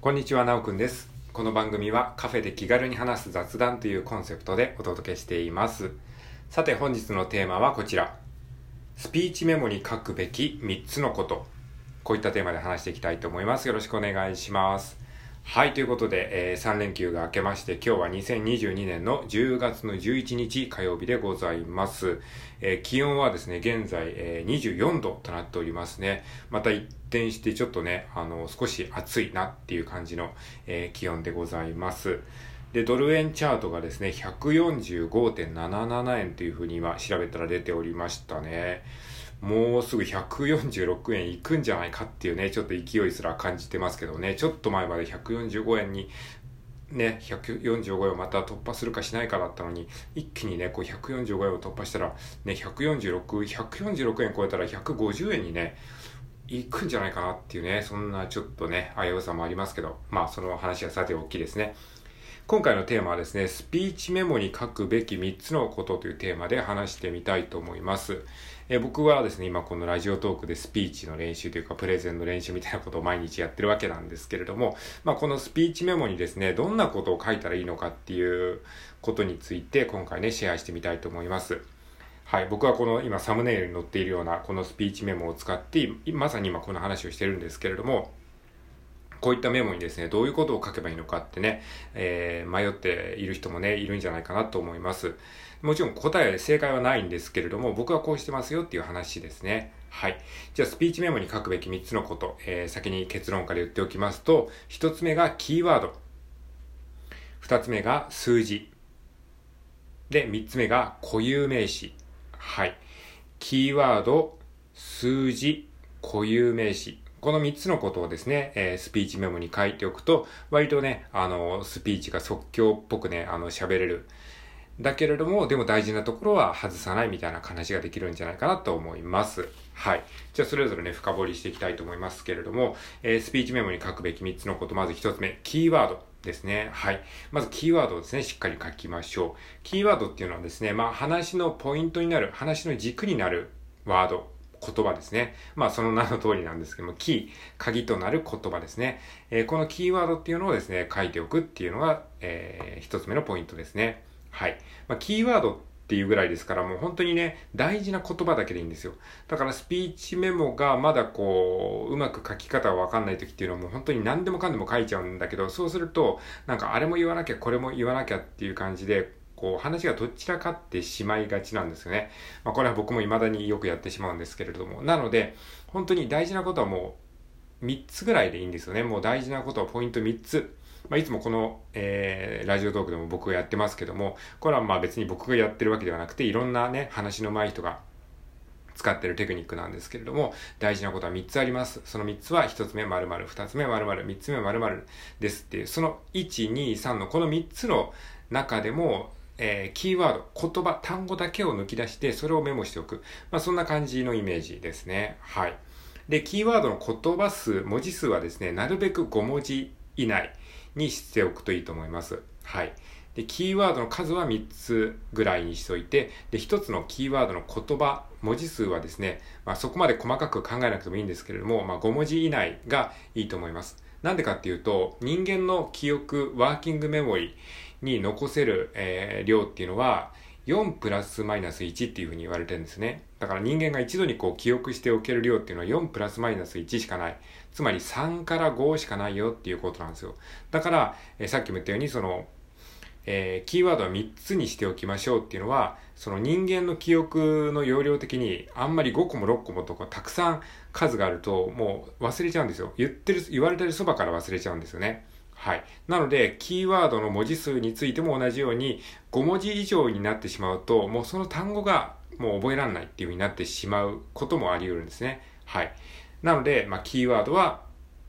こんにちは、なおくんです。この番組はカフェで気軽に話す雑談というコンセプトでお届けしています。さて本日のテーマはこちら。スピーチメモに書くべき3つのこと。こういったテーマで話していきたいと思います。よろしくお願いします。はい、ということで、3連休が明けまして、今日は2022年の10月の11日火曜日でございます。気温はですね、現在、24度となっておりますね。また一転してちょっとね、少し暑いなっていう感じの、気温でございます。で、ドル円チャートがですね、145.77 円というふうに今調べたら出ておりましたね。もうすぐ146円いくんじゃないかっていうね、ちょっと勢いすら感じてますけどね、ちょっと前まで145円に、ね、145円をまた突破するかしないかだったのに、一気にね、こう145円を突破したら、ね、146円超えたら150円にね、いくんじゃないかなっていうね、そんなちょっとね、危うさもありますけど、まあその話はさておきですね。今回のテーマはですね、スピーチメモに書くべき3つのことというテーマで話してみたいと思います。僕はですね、今このラジオトークでスピーチの練習というかプレゼンの練習みたいなことを毎日やってるわけなんですけれども、このスピーチメモにですね、どんなことを書いたらいいのかっていうことについて今回ね、シェアしてみたいと思います。はい、僕はこの今サムネイルに載っているようなこのスピーチメモを使ってまさに今この話をしてるんですけれども、こういったメモにですね、どういうことを書けばいいのかってね、迷っている人もね、いるんじゃないかなと思います。もちろん正解はないんですけれども、僕はこうしてますよっていう話ですね。はい。じゃあ、スピーチメモに書くべき3つのこと、先に結論から言っておきますと、1つ目がキーワード。2つ目が数字。で、3つ目が固有名詞。はい。キーワード、数字、固有名詞。この3つのことをですね、スピーチメモに書いておくと、割とね、スピーチが即興っぽくね、喋れる。だけれども、でも大事なところは外さないみたいな話ができるんじゃないかなと思います。はい。じゃあ、それぞれね、深掘りしていきたいと思いますけれども、スピーチメモに書くべき3つのこと、まず1つ目、キーワードですね。はい。まずキーワードをですね、しっかり書きましょう。キーワードっていうのはですね、話のポイントになる、話の軸になるワード。言葉ですね。その名の通りなんですけども、鍵となる言葉ですね。このキーワードっていうのをですね、書いておくっていうのが、一つ目のポイントですね。はい。キーワードっていうぐらいですから、もう本当にね、大事な言葉だけでいいんですよ。だからスピーチメモがまだうまく書き方がわかんない時っていうのはもう本当に何でもかんでも書いちゃうんだけど、そうすると、あれも言わなきゃ、これも言わなきゃっていう感じで、話がどちらかってしまいがちなんですよね。これは僕も未だによくやってしまうんですけれども。なので、本当に大事なことはもう3つぐらいでいいんですよね。もう大事なことはポイント3つ。いつもこの、ラジオトークでも僕がやってますけども、これは別に僕がやってるわけではなくて、いろんなね、話の上手い人が使ってるテクニックなんですけれども、大事なことは3つあります。その3つは1つ目〇〇、2つ目〇〇、3つ目〇〇ですっていう、その1、2、3のこの3つの中でも、キーワード、言葉、単語だけを抜き出して、それをメモしておく。そんな感じのイメージですね。はい。で、キーワードの言葉数、文字数はですね、なるべく5文字以内にしておくといいと思います。はい。で、キーワードの数は3つぐらいにしておいて、で、1つのキーワードの言葉、文字数はですね、そこまで細かく考えなくてもいいんですけれども、5文字以内がいいと思います。なんでかっていうと、人間の記憶、ワーキングメモリに残せる、量っていうのは4プラスマイナス1っていうふうに言われてるんですね。だから人間が一度に記憶しておける量っていうのは4プラスマイナス1しかない。つまり3から5しかないよっていうことなんですよ。だから、さっきも言ったようにキーワードは3つにしておきましょうっていうのは、その人間の記憶の容量的にあんまり5個も6個もとかたくさん数があるともう忘れちゃうんですよ。言われてるそばから忘れちゃうんですよね。はい。なので、キーワードの文字数についても同じように5文字以上になってしまうと、もうその単語がもう覚えられないっていう風になってしまうこともあり得るんですね。はい。なので、キーワードは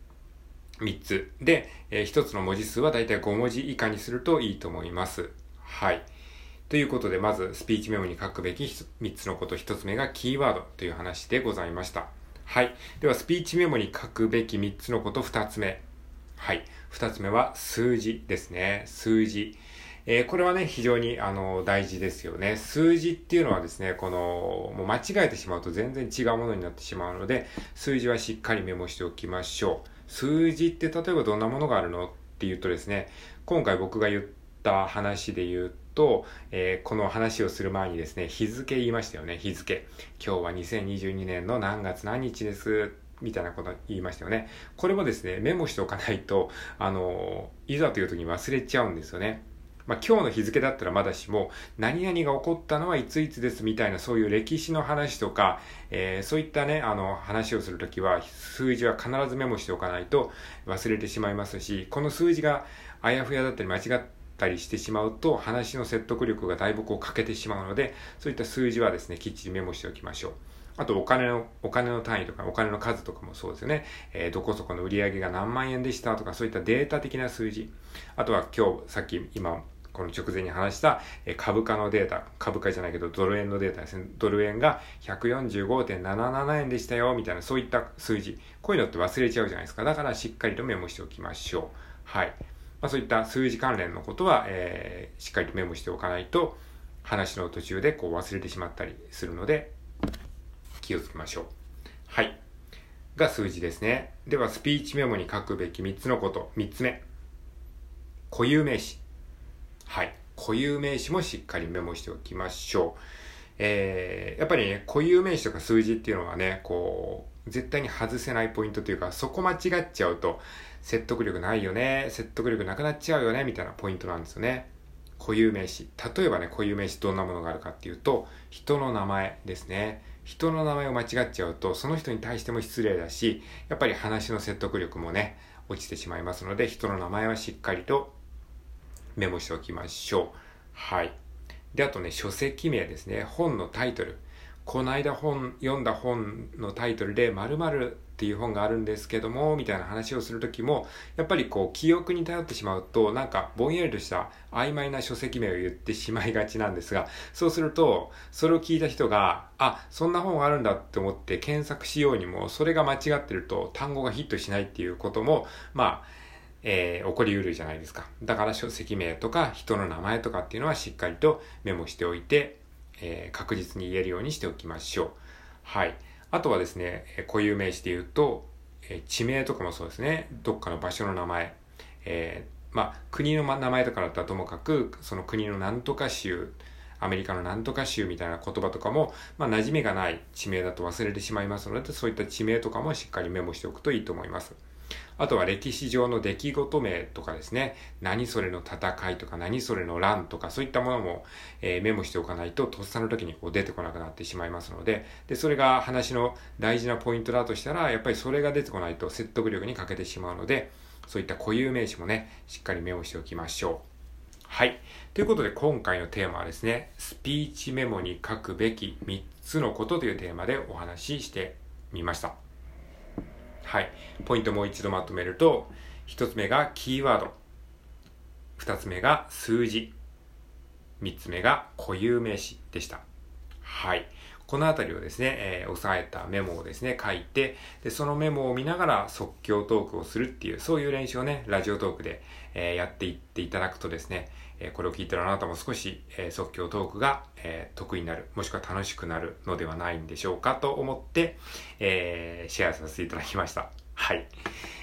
3つ。で、1つの文字数はだいたい5文字以下にするといいと思います。はい。ということで、まずスピーチメモに書くべき3つのこと。1つ目がキーワードという話でございました。はい。では、スピーチメモに書くべき3つのこと。2つ目。はい。2つ目は数字ですね。数字。これはね、非常に大事ですよね。数字っていうのはですね、もう間違えてしまうと全然違うものになってしまうので、数字はしっかりメモしておきましょう。 数字って例えばどんなものがあるのっていうとですね、今回僕が言った話で言うと、この話をする前にですね、日付言いましたよね。日付。今日は2022年の何月何日ですみたいなこと言いましたよね。これもですね、メモしておかないと、いざという時に忘れちゃうんですよね。今日の日付だったらまだしも、何々が起こったのはいついつですみたいな、そういう歴史の話とか、そういったね、話をするときは、数字は必ずメモしておかないと忘れてしまいますし、この数字があやふやだったり間違ったりしてしまうと、話の説得力がだいぶ欠けてしまうので、そういった数字はですね、きっちりメモしておきましょう。あとお金の単位とかお金の数とかもそうですよね。どこそこの売り上げが何万円でしたとか、そういったデータ的な数字。あとは今この直前に話した株価のデータ、株価じゃないけどドル円のデータですね。ドル円が 145.77 円でしたよみたいな、そういった数字。こういうのって忘れちゃうじゃないですか。だからしっかりとメモしておきましょう。はい。そういった数字関連のことは、しっかりとメモしておかないと、話の途中で忘れてしまったりするので、気をつけましょう。はい。が数字ですね。では、スピーチメモに書くべき3つのこと。3つ目。固有名詞。はい。固有名詞もしっかりメモしておきましょう。やっぱりね、固有名詞とか数字っていうのはね、絶対に外せないポイントというか、そこ間違っちゃうと、説得力ないよね、説得力なくなっちゃうよね、みたいなポイントなんですよね。固有名詞。例えばね、固有名詞どんなものがあるかっていうと、人の名前ですね。人の名前を間違っちゃうと、その人に対しても失礼だし、やっぱり話の説得力もね、落ちてしまいますので、人の名前はしっかりとメモしておきましょう。はい。で、あとね、書籍名ですね。本のタイトル。この間読んだ本のタイトルで〇〇っていう本があるんですけども、みたいな話をするときも、やっぱり記憶に頼ってしまうと、なんかぼんやりとした曖昧な書籍名を言ってしまいがちなんですが、そうすると、それを聞いた人が、そんな本があるんだって思って検索しようにも、それが間違ってると単語がヒットしないっていうことも、起こりうるじゃないですか。だから書籍名とか人の名前とかっていうのはしっかりとメモしておいて、確実に言えるようにしておきましょう。はい。あとはですね、固有名詞で言うと、地名とかもそうですね。どっかの場所の名前。国の名前とかだったらともかく、その国のなんとか州、アメリカのなんとか州みたいな言葉とかも、馴染みがない地名だと忘れてしまいますので、そういった地名とかもしっかりメモしておくといいと思います。あとは歴史上の出来事名とかですね、何それの戦いとか何それの乱とかそういったものも、メモしておかないととっさの時に出てこなくなってしまいますので、それが話の大事なポイントだとしたら、やっぱりそれが出てこないと説得力に欠けてしまうので、そういった固有名詞もね、しっかりメモしておきましょう。はい。ということで今回のテーマはですね、スピーチメモに書くべき3つのことというテーマでお話ししてみました。はい。ポイントもう一度まとめると、1つ目がキーワード。2つ目が数字。3つ目が固有名詞でした。はい。このあたりをですね、押さえたメモをですね、書いて、で、そのメモを見ながら即興トークをするっていう、そういう練習をね、ラジオトークで、やっていっていただくとですね、これを聞いたらあなたも少し、即興トークが、得意になる、もしくは楽しくなるのではないんでしょうかと思って、シェアさせていただきました。はい。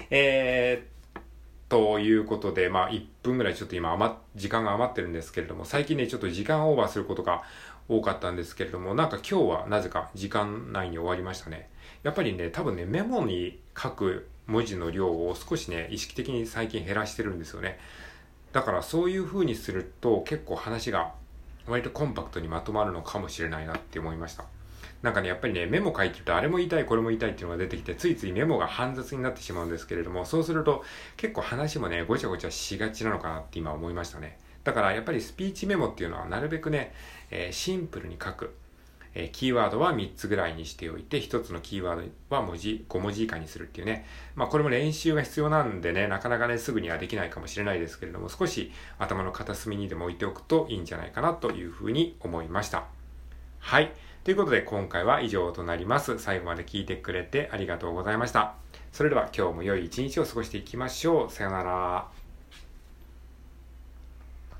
ということで、1分ぐらいちょっと今時間が余ってるんですけれども、最近ね、ちょっと時間オーバーすることが多かったんですけれども、なんか今日はなぜか時間内に終わりましたね。やっぱりね、多分ね、メモに書く文字の量を少しね、意識的に最近減らしてるんですよね。だからそういう風にすると結構話が割とコンパクトにまとまるのかもしれないなって思いました。なんかね、やっぱりね、メモ書いてるとあれも言いたい、これも言いたいっていうのが出てきて、ついついメモが煩雑になってしまうんですけれども、そうすると結構話もね、ごちゃごちゃしがちなのかなって今思いましたね。だからやっぱりスピーチメモっていうのはなるべくね、シンプルに書く。キーワードは3つぐらいにしておいて、1つのキーワードは5文字以下にするっていうね。これも練習が必要なんでね、なかなかね、すぐにはできないかもしれないですけれども、少し頭の片隅にでも置いておくといいんじゃないかなというふうに思いました。はい。ということで今回は以上となります。最後まで聞いてくれてありがとうございました。それでは今日も良い一日を過ごしていきましょう。さよなら。